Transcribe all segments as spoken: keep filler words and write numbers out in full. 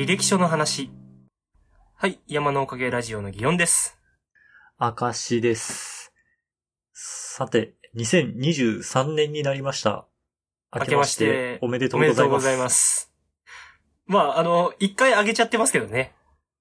履歴書の話。はい、山のおかげラジオの祇園です。 明石です。さて、にせんにじゅうさんねんになりました。 明けましておめでとうございます。おめでとうございます。 まあ、あの、一回上げちゃってますけどね。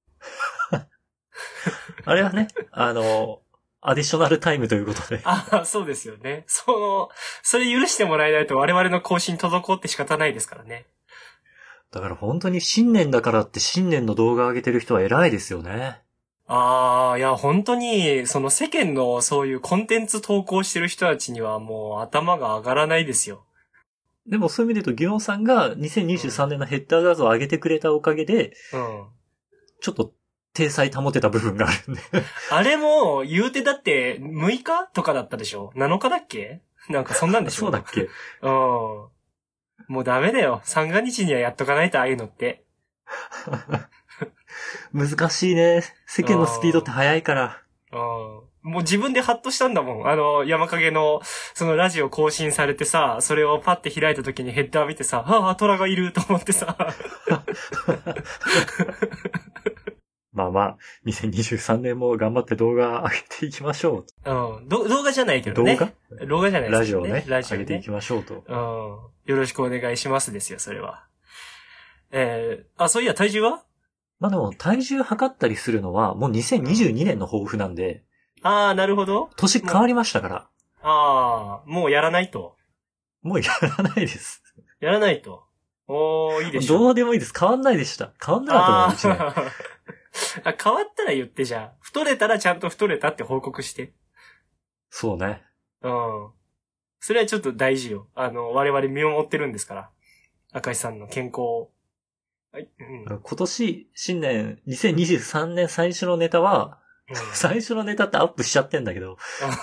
あれはね、あの、アディショナルタイムということで。 ああ、そうですよね。その、それ許してもらえないと我々の更新滞って仕方ないですからね。 だから本当に新年だからって新年の動画上げてる人は偉いですよね。 ああ、いや、本当に、その世間のそういうコンテンツ投稿してる人たちにはもう頭が上がらないですよ。 でもそういう意味で言うと、ギオンさんがにせんにじゅうさんねんのヘッダー画像を上げてくれたおかげで、 うん。 ちょっと、体裁保てた部分があるんで。 あれも、言うてだって、むいかとかだったでしょ ?なのかだっけなんかそんなんでしょそうだっけうん。もうダメだよ。三が日にはやっとかないと、ああいうのって。 難しいね。世間のスピードって速いから。 うん。もう自分でハッとしたんだもん。あの、山影の、そのラジオ更新されてさ、それをパッて開いた時にヘッダー見てさ、ああ、トラがいると思ってさ。 まあまあ、にせんにじゅうさんねんも頑張って動画上げていきましょう。うん。ど動画じゃないけどね。 動画動画じゃないですけどね。 ラジオね。 ラジオね。 上げていきましょうと。 うん。よろしくお願いしますですよ、それは。えー、あ、そういや、体重はまあでも、体重測ったりするのは、もうにせんにじゅうにねんの抱負なんで。 うん、ああ、なるほど。 年変わりましたから。 ああ、もうやらないと。 もうやらないです。 やらないと。おー、いいでしょ。 どうでもいいです。変わんないでした。変わんなかったの、いちねん。 あ、変わったら言ってじゃあ。太れたらちゃんと太れたって報告して。 そうね。 うん。それはちょっと大事よ。あの、我々見守ってるんですから。赤石さんの健康を。はい。 うん、今年、新年、にせんにじゅうさんねん最初のネタは、うん、最初のネタってアップしちゃってんだけど。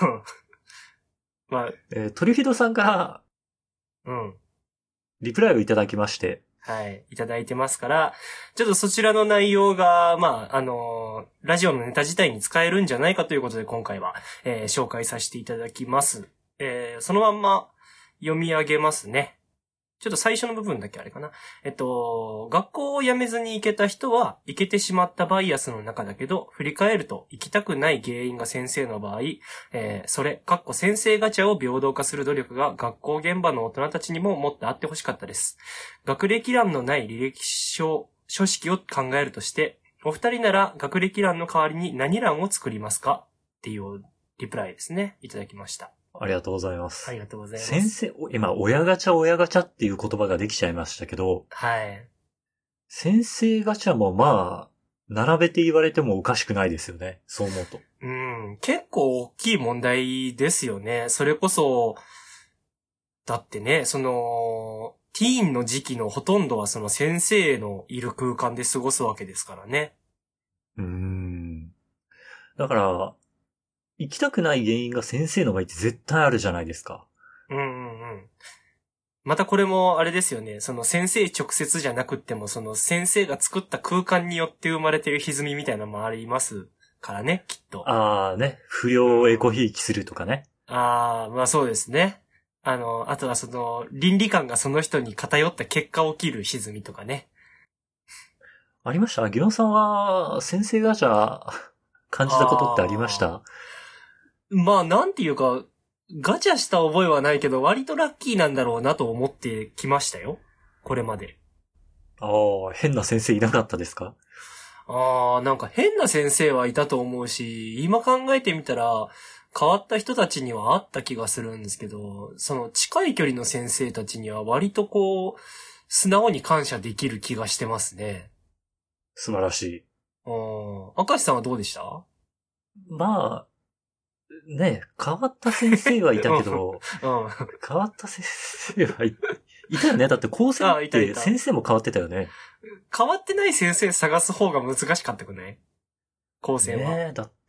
まあ、 えー、トリフィドさんから、 うん。 リプライをいただきまして。 はい。いただいてますから、ちょっとそちらの内容が、まあ、あのー、ラジオのネタ自体に使えるんじゃないかということで今回は、えー、紹介させていただきます。えー、そのまんま読み上げますね。ちょっと最初の部分だけあれかな。えっと、学校を辞めずに行けた人は、行けてしまったバイアスの中だけど、振り返ると行きたくない原因が先生の場合、えー、それ、かっこ先生ガチャを平等化する努力が学校現場の大人たちにももっとあってほしかったです。学歴欄のない履歴書、書式を考えるとして、お二人なら学歴欄の代わりに何欄を作りますかっていうリプライですね。いただきました。 ありがとうございます。 ありがとうございます。 先生、今、親ガチャ親ガチャっていう言葉ができちゃいましたけど。 はい。 先生ガチャもまあ、並べて言われてもおかしくないですよね。そう思うと。 うん。結構大きい問題ですよね。それこそ、だってね、その、ティーンの時期のほとんどはその先生のいる空間で過ごすわけですからね。 うーん。だから、行きたくない原因が先生の場合って絶対あるじゃないですか。 うんうんうん。またこれもあれですよね。その先生直接じゃなくっても、その先生が作った空間によって生まれてる歪みみたいなのもありますからね、きっと。 ああね。不良をエコひいきするとかね。 ああ、まあそうですね。あの、あとはその、倫理観がその人に偏った結果起きる歪みとかね。 ありました？ギノさんは先生ガチャ感じたことってありました？ まあ、なんていうか、ガチャした覚えはないけど、割とラッキーなんだろうなと思ってきましたよ。これまで。 ああ、変な先生いなかったですか？ ああ、なんか変な先生はいたと思うし、今考えてみたら、変わった人たちにはあった気がするんですけど、その近い距離の先生たちには割とこう、素直に感謝できる気がしてますね。 素晴らしい。 うん。明石さんはどうでした？ まあ、ね、変わった先生はいたけど、 うん、 変わった先生はい、いたよね。だって高専って先生も変わってたよね。 変わってない先生探す方が難しかったくない？高専は。 ねえ、だって、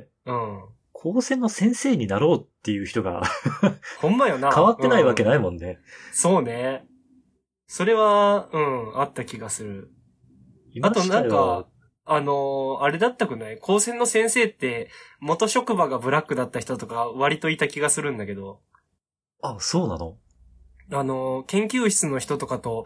うん。 高専の先生になろうっていう人がほんまよな。 変わってないわけないもんね。 うん、そうね。それは、うん、あった気がする。あとなんか、あのー、あれだったくない？高専の先生って、元職場がブラックだった人とか割といた気がするんだけど。 あ、そうなの？ あのー、研究室の人とかと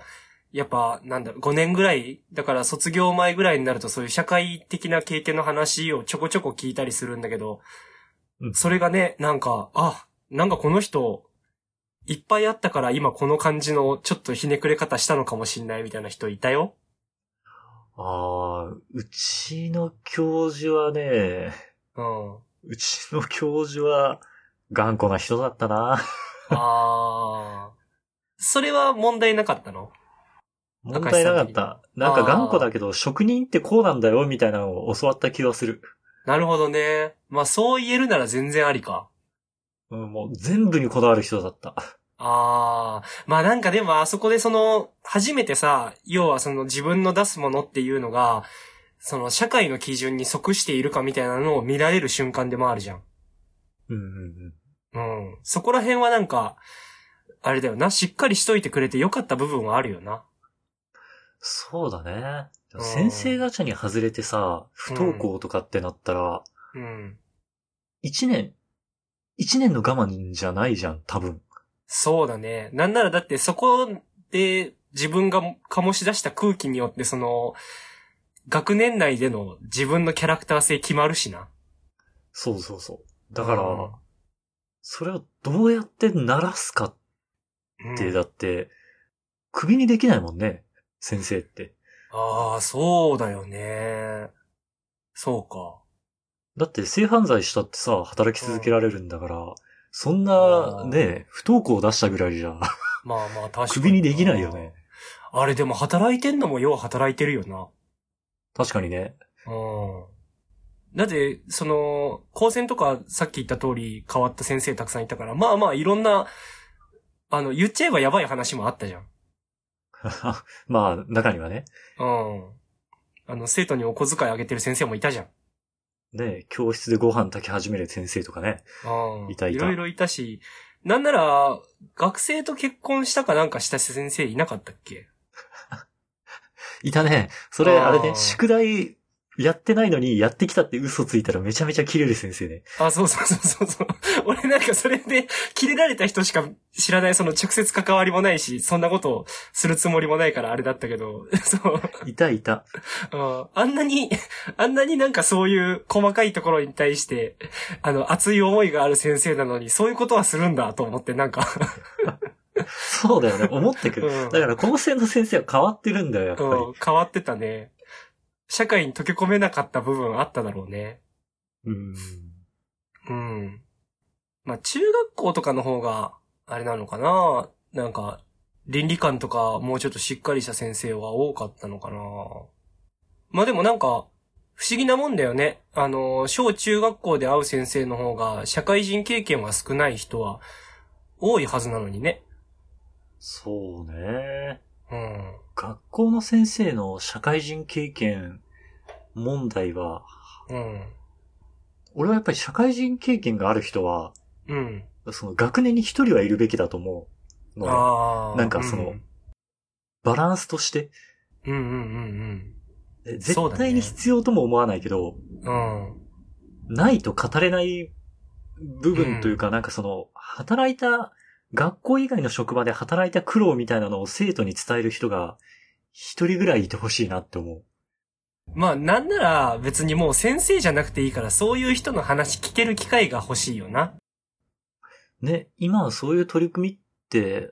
やっぱ、なんだろう、ごねんぐらい、だから卒業前ぐらいになるとそういう社会的な経験の話をちょこちょこ聞いたりするんだけど、 うん、 それがね、なんか、あ、なんかこの人、いっぱいあったから今この感じのちょっとひねくれ方したのかもしんないみたいな人いたよ。 ああ、うちの教授はね、 うん。 うちの教授は頑固な人だったな。 あー。それは問題なかったの？ 問題なかった。なんか頑固だけど、職人ってこうなんだよ、みたいなのを教わった気がする。 なるほどね。まあそう言えるなら全然ありか。 うん、もう全部にこだわる人だった。 あー。まあなんかでもあそこでその、初めてさ、要はその自分の出すものっていうのが、その社会の基準に即しているかみたいなのを見られる瞬間でもあるじゃん。 うんうんうん。そこら辺はなんか、あれだよな、しっかりしといてくれてよかった部分はあるよな。 そうだね。 うん先生ガチャに外れてさ、不登校とかってなったら、 うん。 一年、一年の我慢じゃないじゃん、多分。 そうだね。なんならだってそこで自分が醸し出した空気によってその、学年内での自分のキャラクター性決まるしな。 そうそうそう。だから、 うんそれをどうやって鳴らすかって、 うんだって、首にできないもんね、先生って。 ああ、そうだよね。そうか。 だって性犯罪したってさ、働き続けられるんだから、そんあな、 ーね、不登校を出したぐらいじゃ、 まあまあ確かに。 首にできないよね。。 あれでも働いてんのもよう働いてるよな。 確かにね。 うん。だって、その、高専とかさっき言った通り変わった先生たくさんいたから、まあまあいろんな、あの、言っちゃえばやばい話もあったじゃん。 まあ、中にはね。 うん。あの、生徒にお小遣いあげてる先生もいたじゃん。 ね、教室でご飯炊き始める先生とかね。 うん。 いたいたいろいろいたし、なんなら、学生と結婚したかなんかした先生いなかったっけ？ いたね。それ、 あーあれね、宿題やってないのにやってきたって嘘ついたらめちゃめちゃキレる先生ね。 あ、そうそうそうそうそう。俺なんかそれで、キレられた人しか知らない、その直接関わりもないし、そんなことをするつもりもないからあれだったけど、そう。 いたいた。 ああんなに、あんなになんかそういう細かいところに対して、あの、熱い思いがある先生なのに、そういうことはするんだと思って、なんかそうだよね。思ってくる。 うんだから、高専の先生は変わってるんだよ、やっぱり。 うん、変わってたね。社会に溶け込めなかった部分あっただろうね。 うん。 うん。まあ、中学校とかの方が、あれなのかななんか、倫理観とかもうちょっとしっかりした先生は多かったのかなまあでもなんか、不思議なもんだよね。あの、小中学校で会う先生の方が、社会人経験は少ない人は多いはずなのにね。 そうね。 うん。 学校の先生の社会人経験問題は、 うん。 俺はやっぱり社会人経験がある人は、 うん。 その学年に一人はいるべきだと思うのね。 ああ。 なんかその、バランスとして、 うんうんうんえそうだね絶対に必要とも思わないけど、 うん。うん。 ないと語れない部分というか、なんかその、働いた、学校以外の職場で働いた苦労みたいなのを生徒に伝える人が、一人ぐらいいてほしいなって思う。 まあ、なんなら別にもう先生じゃなくていいから、そういう人の話聞ける機会が欲しいよな。 ね、今はそういう取り組みって、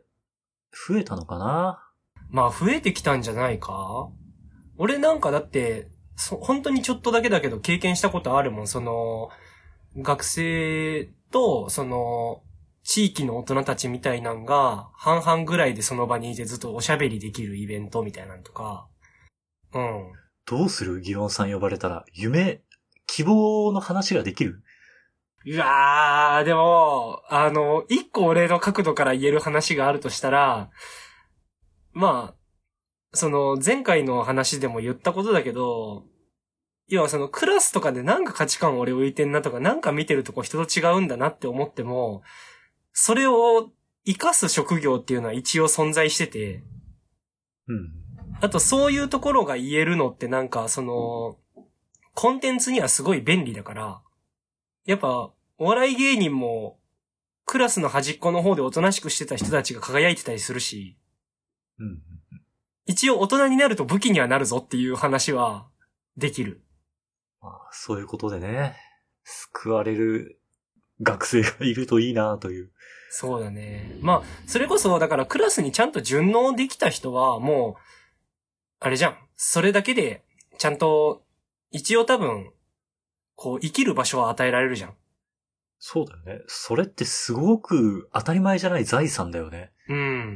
増えたのかな？ まあ、増えてきたんじゃないか？俺なんかだって、そ、本当にちょっとだけだけど経験したことあるもん。その、学生と、その、地域の大人たちみたいなんが、半々ぐらいでその場にいてずっとおしゃべりできるイベントみたいなんとか。うん。 どうする？ギロンさん呼ばれたら、夢、希望の話ができる？ うわー、でも、あの、一個俺の角度から言える話があるとしたら、まあ、その、前回の話でも言ったことだけど、要はそのクラスとかでなんか価値観俺浮いてんなとか、なんか見てるとこ人と違うんだなって思っても、それを活かす職業っていうのは一応存在してて、 うん。 あとそういうところが言えるのってなんかその、コンテンツにはすごい便利だから、やっぱ、お笑い芸人も、クラスの端っこの方でおとなしくしてた人たちが輝いてたりするし、 うん。 一一応大人になると武器にはなるぞっていう話はできる。 まあ、そういうことでね、救われる学生がいるといいなという。 そうだね。まあ、それこそ、だからクラスにちゃんと順応できた人は、もう、あれじゃん。それだけで、ちゃんと、一応多分、こう、生きる場所は与えられるじゃん。 そうだよね。それってすごく当たり前じゃない財産だよね。 うん。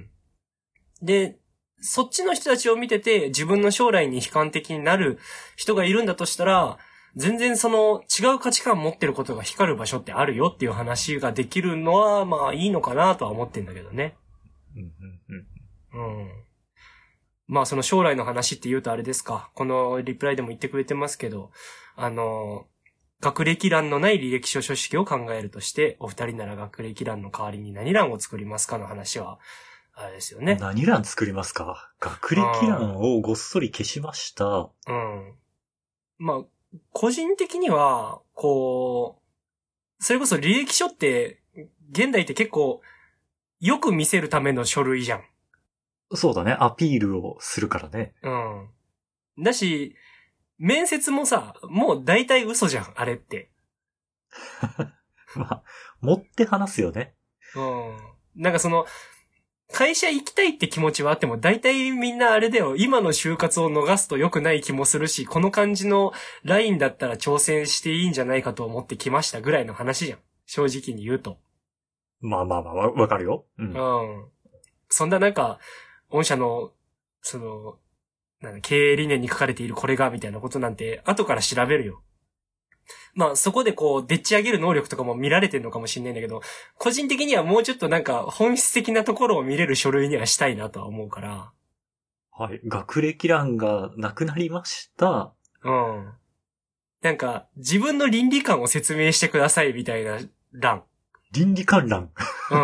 で、そっちの人たちを見てて、自分の将来に悲観的になる人がいるんだとしたら、全然その違う価値観持ってることが光る場所ってあるよっていう話ができるのは、まあいいのかなとは思ってんだけどね。 うんうんうん。 うん。まあその将来の話って言うとあれですか。このリプライでも言ってくれてますけど、あの、学歴欄のない履歴書書式を考えるとして、お二人なら学歴欄の代わりに何欄を作りますかの話は、あれですよね。 何欄作りますか？学歴欄をごっそり消しました。 うん。まあ、個人的には、こう、それこそ履歴書って、現代って結構、よく見せるための書類じゃん。 そうだね。アピールをするからね。 うん。だし、面接もさ、もう大体嘘じゃん、あれって。 まあ、持って話すよね。 うん。なんかその、会社行きたいって気持ちはあっても、大体みんなあれだよ、今の就活を逃すと良くない気もするし、この感じのラインだったら挑戦していいんじゃないかと思ってきましたぐらいの話じゃん。正直に言うと。 まあまあまあ、わ、わかるよ。うん。 うん。そんななんか、御社の、その、なんだ経営理念に書かれているこれが、みたいなことなんて、後から調べるよ。まあ、そこでこう、でっち上げる能力とかも見られてるのかもしれないんだけど、個人的にはもうちょっとなんか、本質的なところを見れる書類にはしたいなとは思うから。 はい。学歴欄がなくなりました。 うん。なんか、自分の倫理観を説明してください、みたいな欄。 倫理観欄。 うん。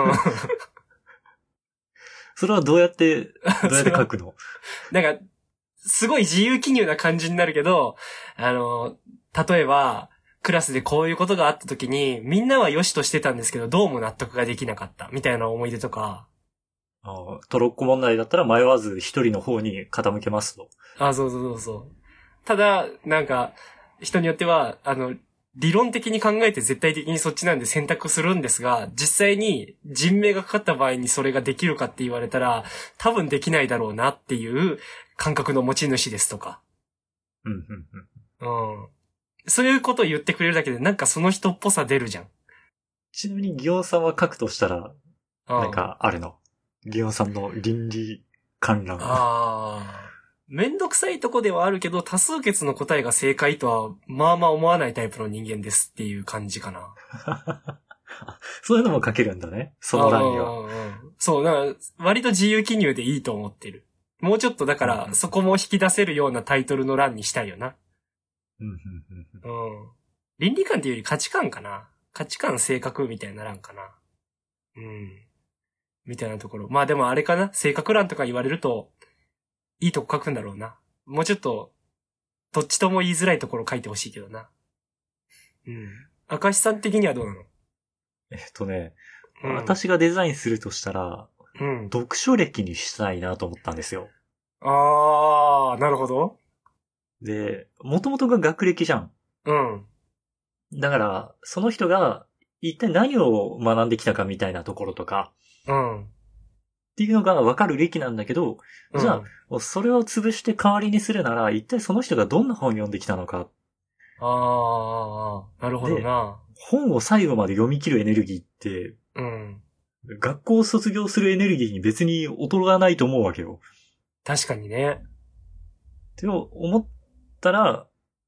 それはどうやって、どうやって書くの？ なんか、すごい自由記入な感じになるけど、あの、例えば、クラスでこういうことがあった時に、みんなは良しとしてたんですけど、どうも納得ができなかった、みたいな思い出とか。 ああ、トロッコ問題だったら迷わず一人の方に傾けますと。 あ、そうそうそうそう。ただ、なんか、人によっては、あの、理論的に考えて絶対的にそっちなんで選択するんですが、実際に人命がかかった場合にそれができるかって言われたら、多分できないだろうなっていう感覚の持ち主ですとか。 うん、うん、 うん。そういうことを言ってくれるだけでなんかその人っぽさ出るじゃん。 ちなみに、ギオンさんは書くとしたら、 うん、 なんかあるの？ギオンさんの倫理観覧。 ああ。めんどくさいとこではあるけど、多数決の答えが正解とは、まあまあ思わないタイプの人間ですっていう感じかな。 そういうのも書けるんだね。その欄には。 うんうん、そう、なんか割と自由記入でいいと思ってる。もうちょっとだから、そこも引き出せるようなタイトルの欄にしたいよな。 うんうんうんうん。倫理観っていうより価値観かな。価値観性格みたいな欄かな。うん。みたいなところ。まあでもあれかな。性格欄とか言われると、いいとこ書くんだろうな。もうちょっと、どっちとも言いづらいところ書いてほしいけどな。うん。明石さん的にはどうなの？ えっとね、 うん、 私がデザインするとしたら、 うん、 読書歴にしたいなと思ったんですよ。 あー、なるほど。 で、元々が学歴じゃん。 うん。 だから、その人が一体何を学んできたかみたいなところとか、 うん。 っていうのが分かる歴なんだけど、じゃあ、 うん、 それを潰して代わりにするなら、一体その人がどんな本を読んできたのか。 あー、なるほどな。 本を最後まで読み切るエネルギーって、 うん。 学校を卒業するエネルギーに別に劣らないと思うわけよ。 確かにね。 って思ったら、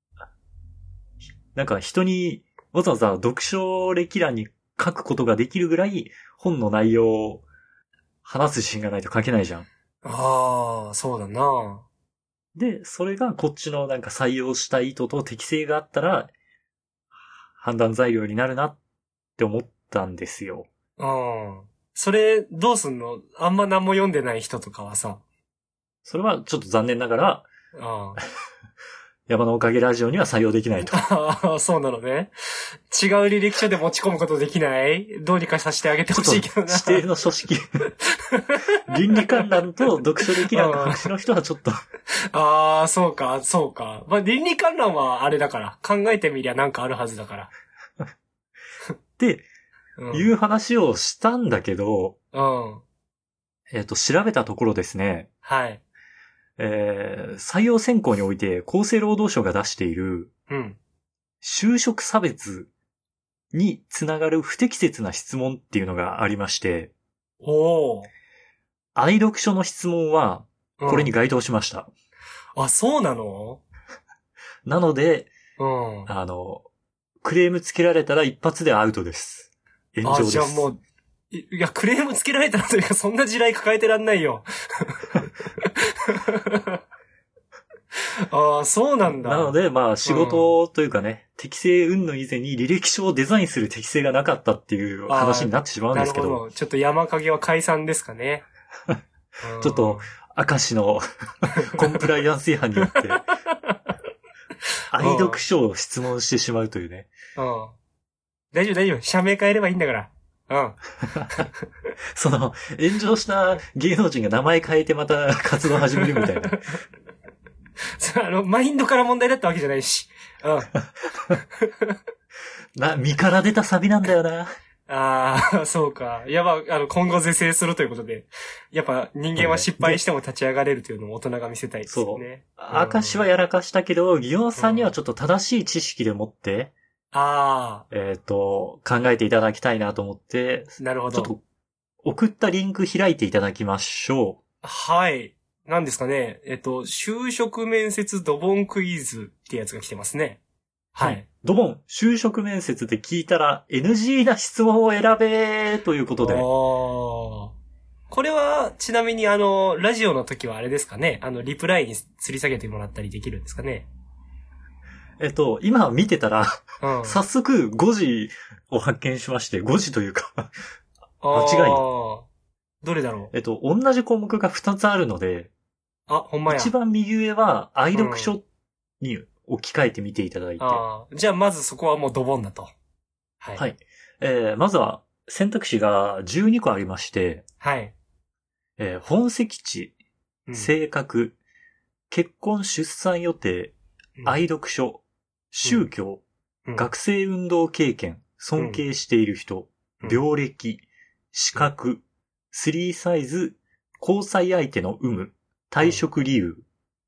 なんか人にわざわざ読書歴欄に書くことができるぐらい本の内容を話す自信がないと書けないじゃん。 ああ、そうだな。 で、それがこっちのなんか採用した意図と適性があったら判断材料になるなって思ったんですよ。 うん。それ、どうすんの？あんま何も読んでない人とかはさ。 それはちょっと残念ながら、 あ山のおかげラジオには採用できないと。 ああ、そうなのね。違う履歴書で持ち込むことできない？どうにかさせてあげてほしいけどな。 指定の書式。倫理観覧と読書歴覧の白紙の人はちょっと。 ああ、そうか、そうか。まあ、倫理観覧はあれだから。考えてみりゃなんかあるはずだから。 で、 うん、 いう話をしたんだけど、 うん。 えっと、調べたところですね。 はい。 えー、採用選考において厚生労働省が出している、 うん。 就職差別につながる不適切な質問っていうのがありまして、 おー。 愛読書の質問は、これに該当しました。 うん、あ、そうなの？ なので、 うん。 あの、クレームつけられたら一発でアウトです。炎上です。 あ、じゃあもう、いや、クレームつけられたらというか、そんな地雷抱えてらんないよ。ああ、そうなんだ。 なので、まあ、仕事というかね、うん、適正云々以前に履歴書をデザインする適性がなかったっていう話になってしまうんですけど。 なるほど。ちょっと山影は解散ですかね。 ちょっと、明石のコンプライアンス違反によって、愛読書を質問してしまうというね。 うん。大丈夫大丈夫。社名変えればいいんだから。うん。 その、炎上した芸能人が名前変えてまた活動始めるみたいな。 あの、マインドから問題だったわけじゃないし。うん。 な、身から出たサビなんだよな。 ああ、そうか。いや、まあ、あの、今後是正するということで。やっぱ人間は失敗しても立ち上がれるというのを大人が見せたいですよね。 そう。明石はやらかしたけど、ギオンさんにはちょっと正しい知識でもって、 ああ。 えっと、考えていただきたいなと思って、 なるほど。 ちょっと、送ったリンク開いていただきましょう。はい。何ですかね。えっと、就職面接ドボンクイズってやつが来てますね。はい。 ドボン、就職面接で聞いたら エヌジー な質問を選べということで。 これは、ちなみにあの、ラジオの時はあれですかね。あの、リプライに吊り下げてもらったりできるんですかね。 えっと、今見てたら、うん、早速ごじを発見しまして、ごじというか、間違い。 どれだろう。 えっと、同じ項目がふたつあるので、 あ、ほんまや。 一番右上は、愛読書に置き換えてみていただいて。 うん、あじゃあまずそこはもうドボンだと。 はい。はい。えー、まずは、選択肢がじゅうにこありまして、 はい。 えー、本籍地、性格、うん、結婚出産予定、うん、愛読書、宗教、うん、学生運動経験、尊敬している人、うん、病歴、資格、スリーサイズ、交際相手の有無、退職理由。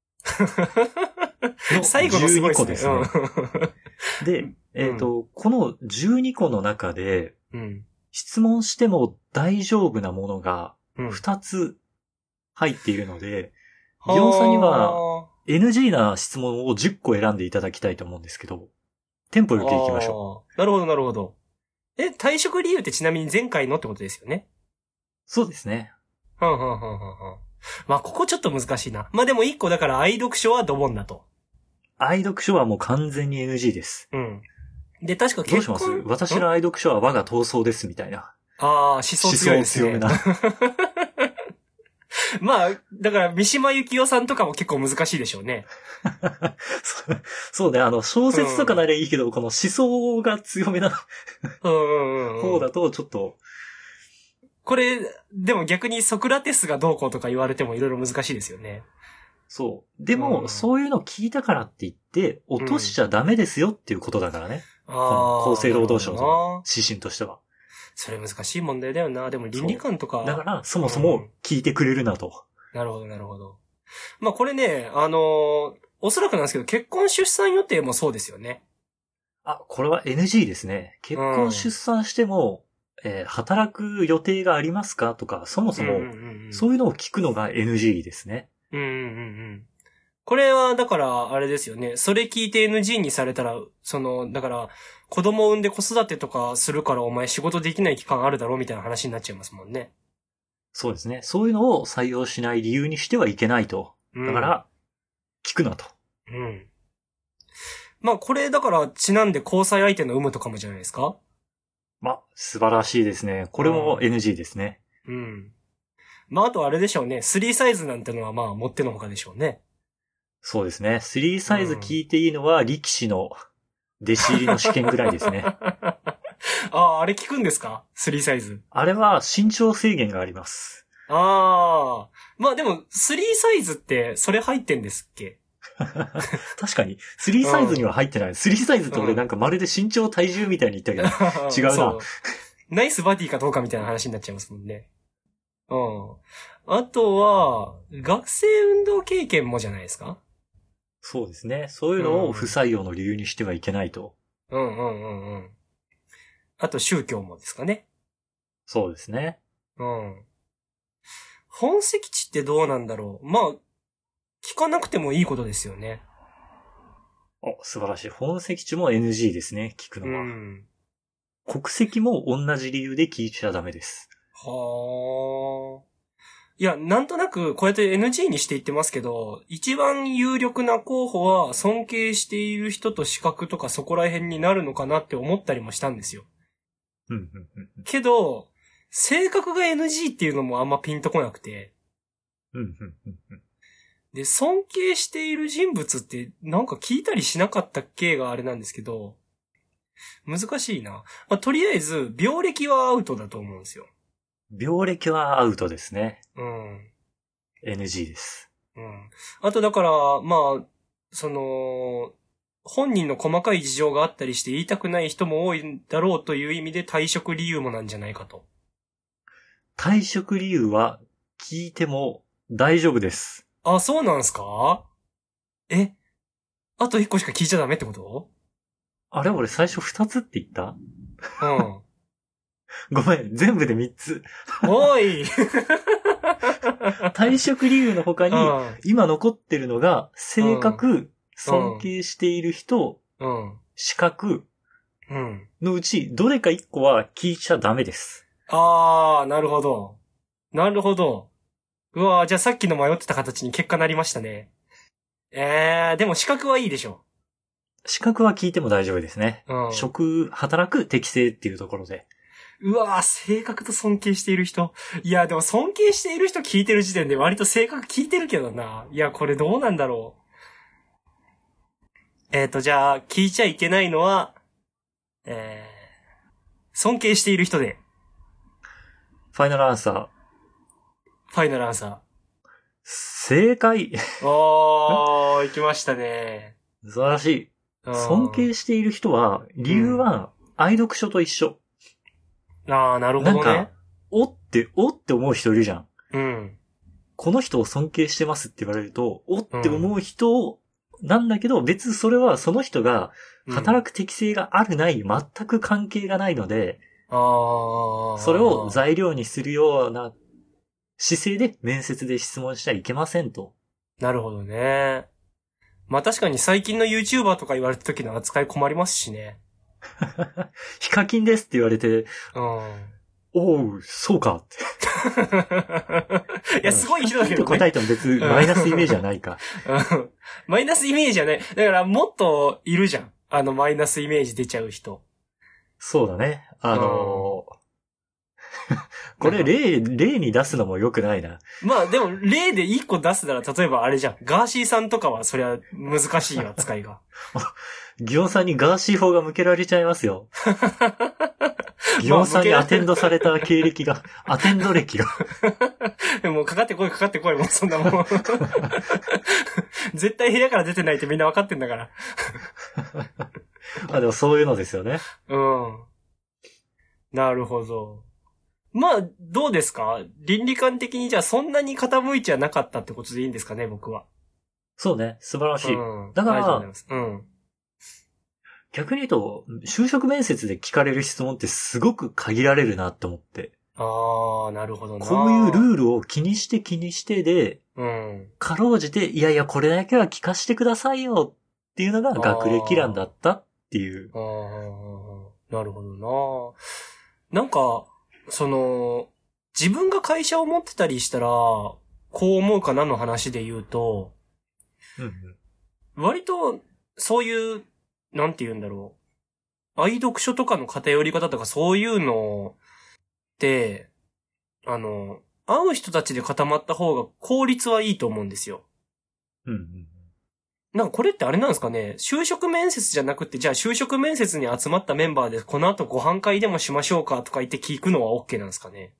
の最後のすごいじゅうにこですね。で、えっと、うん、このじゅうにこの中で、うん、質問しても大丈夫なものがふたつ入っているので、ギオンさんには エヌジー な質問をじゅっこ選んでいただきたいと思うんですけど、テンポよくいきましょう。なるほど、なるほど。え、退職理由ってちなみに前回のってことですよね？ そうですね。 はんはんはんはんはん。まあ、ここちょっと難しいな。まあでも一個だから愛読書はドボンだと。 愛読書はもう完全に エヌジー です。 うん。で、確か結婚。 どうします？私の愛読書は我が闘争ですみたいな。 ああ、思想強いですね。 思想強めな。 まあ、だから三島由紀夫さんとかも結構難しいでしょうね。 そう、そうね、あの、小説とかならいいけど、うん、この思想が強めな方だとちょっと。 これ、でも逆にソクラテスがどうこうとか言われてもいろいろ難しいですよね。 そう。でも、うん、そういうの聞いたからって言って、落としちゃダメですよっていうことだからね。うん、この厚生労働省の指針としては。 それ難しい問題だよな。でも倫理観とか。 だから、そもそも聞いてくれるなと。 うん、なるほど、なるほど。まあこれね、あのー、おそらくなんですけど、結婚出産予定もそうですよね。 あ、これは エヌジー ですね。結婚出産しても、うん、えー、働く予定がありますかとか、そもそも、そういうのを聞くのが エヌジー ですね。 うんうんうんうん。これは、だから、あれですよね。それ聞いて エヌジー にされたら、その、だから、子供を産んで子育てとかするからお前仕事できない期間あるだろみたいな話になっちゃいますもんね。 そうですね。そういうのを採用しない理由にしてはいけないと。だから、聞くなと。 うん。まあ、これだからちなんで交際相手の有無とかもじゃないですか？ まあ、素晴らしいですね。これも エヌジー ですね。 うん。うんまあ、あとあれでしょうね。スリーサイズなんてのはまあ、もってのほかでしょうね。 そうですね。スリーサイズ聞いていいのは力士の弟子入りの試験ぐらいですね。 ああ、あれ聞くんですか ?スリー サイズ。 あれは身長制限があります。 ああ。まあでも、スリーサイズってそれ入ってんですっけ？ 確かに、スリーサイズには入ってない。スリーサイズって俺なんかまるで身長体重みたいに言ったけど、違うな。 そう。ナイスバディかどうかみたいな話になっちゃいますもんね。うん。あとは、学生運動経験もじゃないですか？ そうですね。そういうのを不採用の理由にしてはいけないと。 うんうんうんうん。あと宗教もですかね。 そうですね。 うん。本籍地ってどうなんだろう。まあ、聞かなくてもいいことですよね。 お、素晴らしい。本籍地も エヌジー ですね、聞くうのは。 ん。 国籍も同じ理由で聞いちゃダメです。 はあ。いや、なんとなくこうやって エヌジー にしていってますけど、一番有力な候補は尊敬している人と資格とかそこら辺になるのかなって思ったりもしたんですよ。 うんうんうんうん。 けど、性格が エヌジー っていうのもあんまピンとこなくて。 うんうんうんうん。 で、尊敬している人物ってなんか聞いたりしなかったっけがあれなんですけど、難しいな。まあ、とりあえず、病歴はアウトだと思うんですよ。 病歴はアウトですね。 うん。 エヌジー です。 うん。あとだから、まあ、その、本人の細かい事情があったりして言いたくない人も多いんだろうという意味で退職理由もなんじゃないかと。 退職理由は聞いても大丈夫です。 あ、そうなんすか？え、あと一個しか聞いちゃダメってこと？ あれ俺最初二つって言った？ うん。 ごめん、全部で三つ。 おい退職理由の他に、今残ってるのが、性格、尊敬している人、 うん。 資格うん。 のうち、どれか一個は聞いちゃダメです。 あー、なるほど。なるほど。うわー、じゃあさっきの迷ってた形に結果なりましたね。えー、でも資格はいいでしょ。 資格は聞いても大丈夫ですね。 うん。 職、働く適性っていうところで。 うわー、性格と尊敬している人。いや、でも尊敬している人聞いてる時点で割と性格聞いてるけどな。いや、これどうなんだろう。えーと、じゃあ、聞いちゃいけないのは、えー、尊敬している人で。 ファイナルアンサー。 ファイナルアンサ正解。 ー。おー、行きましたね。 素晴らしい。尊敬している人は、理由は、愛読書と一緒。 あー、なるほどね。 なんか、おって、おって思う人いるじゃん。 うん。 この人を尊敬してますって言われると、おって思う人なんだけど、別にそれはその人が働く適性があるない、全く関係がないので、 あー。 それを材料にするような姿勢で面接で質問しちゃいけませんと。 なるほどね。まあ確かに最近の YouTuber とか言われた時の扱い困りますしね。 ヒカキンですって言われて、 うん。 おう、そうかって。 いや、すごい人だけどね。 答えても別にマイナスイメージはないか。 うん。マイナスイメージはね。だからもっといるじゃん。あのマイナスイメージ出ちゃう人。 そうだね。あのー、これ例、例に出すのも良くないな。 まあでも例で一個出すなら例えばあれじゃん。ガーシーさんとかはそりゃ難しいよ、扱いが。 ギオンさんにガーシー法が向けられちゃいますよ。ギオンさんにアテンドされた経歴が、アテンド歴が。 もうかかってこいかかってこい、もうそんなもん。絶対部屋から出てないってみんな分かってんだから。 あ、でもそういうのですよね。 うん。なるほど。まあ、どうですか？倫理観的にじゃあそんなに傾いちゃなかったってことでいいんですかね、僕は。 そうね、素晴らしい。 うん、 だから、 うん。 逆に言うと、就職面接で聞かれる質問ってすごく限られるなって思って。 ああ、なるほどな。 こういうルールを気にして気にしてで、 うん。 かろうじて、いやいや、これだけは聞かせてくださいよっていうのが学歴欄だったっていう。 ああ、なるほどな。なんか、その、自分が会社を持ってたりしたら、こう思うかなの話で言うと、 うんうん、 割と、そういう、なんて言うんだろう。愛読書とかの偏り方とかそういうのって、あの、会う人たちで固まった方が効率はいいと思うんですよ。 うんうん、 なんかこれってあれなんですかね、就職面接じゃなくて、じゃあ就職面接に集まったメンバーでこの後ご飯会でもしましょうかとか言って聞くのは OK なんですかね。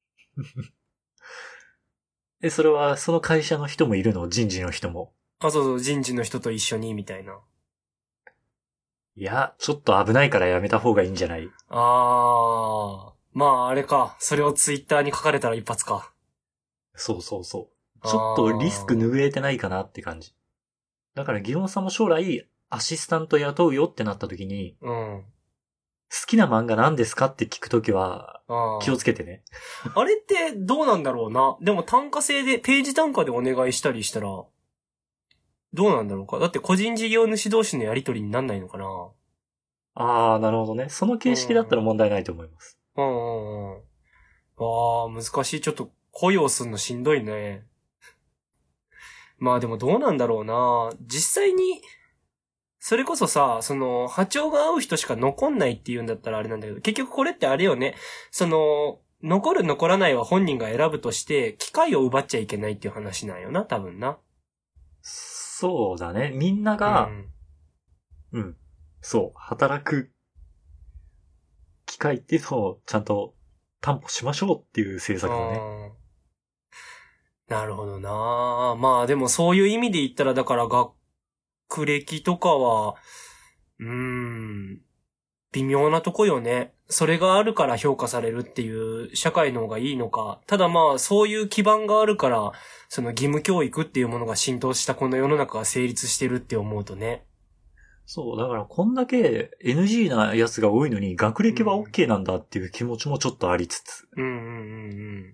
え、それはその会社の人もいるの？人事の人も。 あ、そうそう、人事の人と一緒にみたいな。 いや、ちょっと危ないからやめた方がいいんじゃない？ あー。まああれか。それをツイッターに書かれたら一発か。 そうそうそう。ちょっとリスク拭えてないかなって感じ。だからギオンさんも将来アシスタント雇うよってなった時に、 うん。 好きな漫画何ですかって聞くときは気をつけてね。 あれってどうなんだろうな。でも単価制で、ページ単価でお願いしたりしたら、どうなんだろうか。だって個人事業主同士のやり取りになんないのかな。 あー、なるほどね。その形式だったら問題ないと思います。 うんうんうん。あー、難しい。ちょっと雇用すんのしんどいね。まあでもどうなんだろうな。実際に、それこそさ、その、波長が合う人しか残んないって言うんだったらあれなんだけど、結局これってあれよね。その、残る残らないは本人が選ぶとして、機会を奪っちゃいけないっていう話なんよな、多分な。 そうだね。みんなが、うん、うん。そう、働く機会っていうのをちゃんと担保しましょうっていう政策だね。 なるほどな。まあでもそういう意味で言ったら、だから学歴とかは、うーん、微妙なとこよね。それがあるから評価されるっていう社会の方がいいのか。ただまあそういう基盤があるから、その義務教育っていうものが浸透したこの世の中が成立してるって思うとね。 そう、だからこんだけ エヌジー なやつが多いのに学歴は OK なんだっていう気持ちもちょっとありつつ。 うんうんうんうん。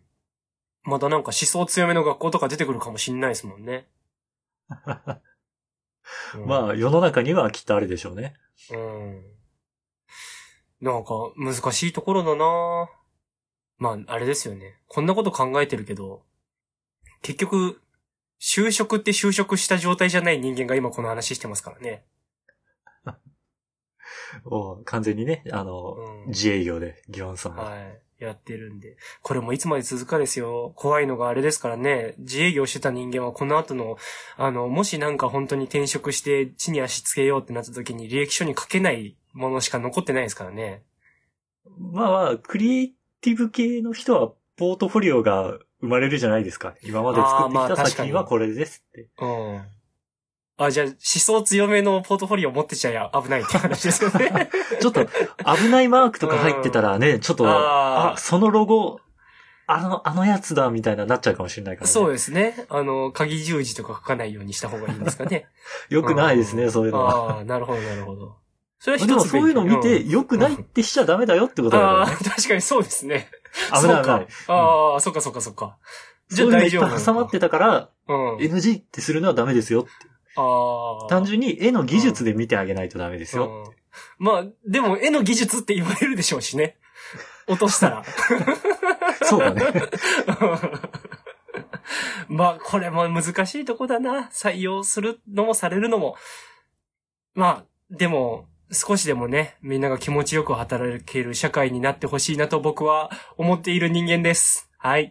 またなんか思想強めの学校とか出てくるかもしんないですもんね。 うん、まあ世の中にはきっとあるでしょうね。 うん。なんか難しいところだな。まああれですよね。こんなこと考えてるけど、結局就職って就職した状態じゃない人間が今この話してますからね。 お完全にね、あの、うん、自営業で、ギオンさんは。 はい。やってるんで。これもいつまで続くかですよ。怖いのがあれですからね。自営業してた人間はこの後の、あの、もしなんか本当に転職して地に足つけようってなった時に履歴書に書けないものしか残ってないですからね。 まあまあ、クリエイティブ系の人はポートフォリオが生まれるじゃないですか。今まで作ってきた作品はこれですって。 うん。あ、じゃあ、思想強めのポートフォリオ持ってちゃや危ないって話ですよね。 ちょっと、危ないマークとか入ってたらね、うん、ちょっと、あ、そのロゴ、あの、あのやつだ、みたいななっちゃうかもしれないからね。 そうですね。あの、鍵十字とか書かないようにした方がいいんですかね。 よくないですね、うん、そういうのは。 ああ、なるほど、なるほど。それは一つでもそういうの見て、良くないってしちゃダメだよってことだからね。 ああ、確かにそうですね。 危ない危ない。 ああ、そっかそっかそっか。 じゃあ大丈夫。そういうのいっぱい挟まってたから、 うん、 エヌジー ってするのはダメですよって。 あ単純に絵の技術で見てあげないとダメですよ、 うんうん。まあ、でも絵の技術って言われるでしょうしね。落としたら。 そうだね。 まあ、これも難しいとこだな。採用するのもされるのも。まあ、でも、少しでもね、みんなが気持ちよく働ける社会になってほしいなと僕は思っている人間です。はい。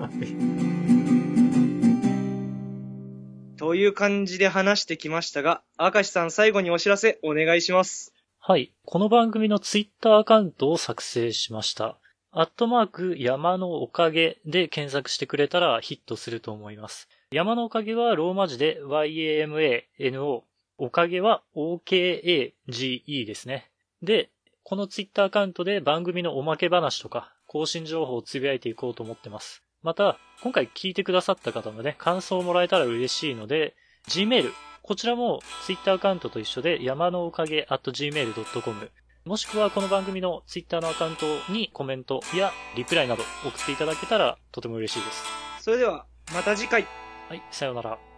という感じで話してきましたが、明石さん最後にお知らせお願いします。 はい。この番組のツイッターアカウントを作成しました。アットマーク山のおかげで検索してくれたらヒットすると思います。山のおかげはローマ字で ワイエーエムエーエヌオー。おかげは オーケーエージーイー ですね。で、このツイッターアカウントで番組のおまけ話とか更新情報をつぶやいていこうと思ってます。また、今回聞いてくださった方のね、感想をもらえたら嬉しいので、Gmail、こちらも Twitter アカウントと一緒で、山のおかげ アットジーメールドットコム、もしくはこの番組の Twitter のアカウントにコメントやリプライなど送っていただけたらとても嬉しいです。 それでは、また次回。 はい、さようなら。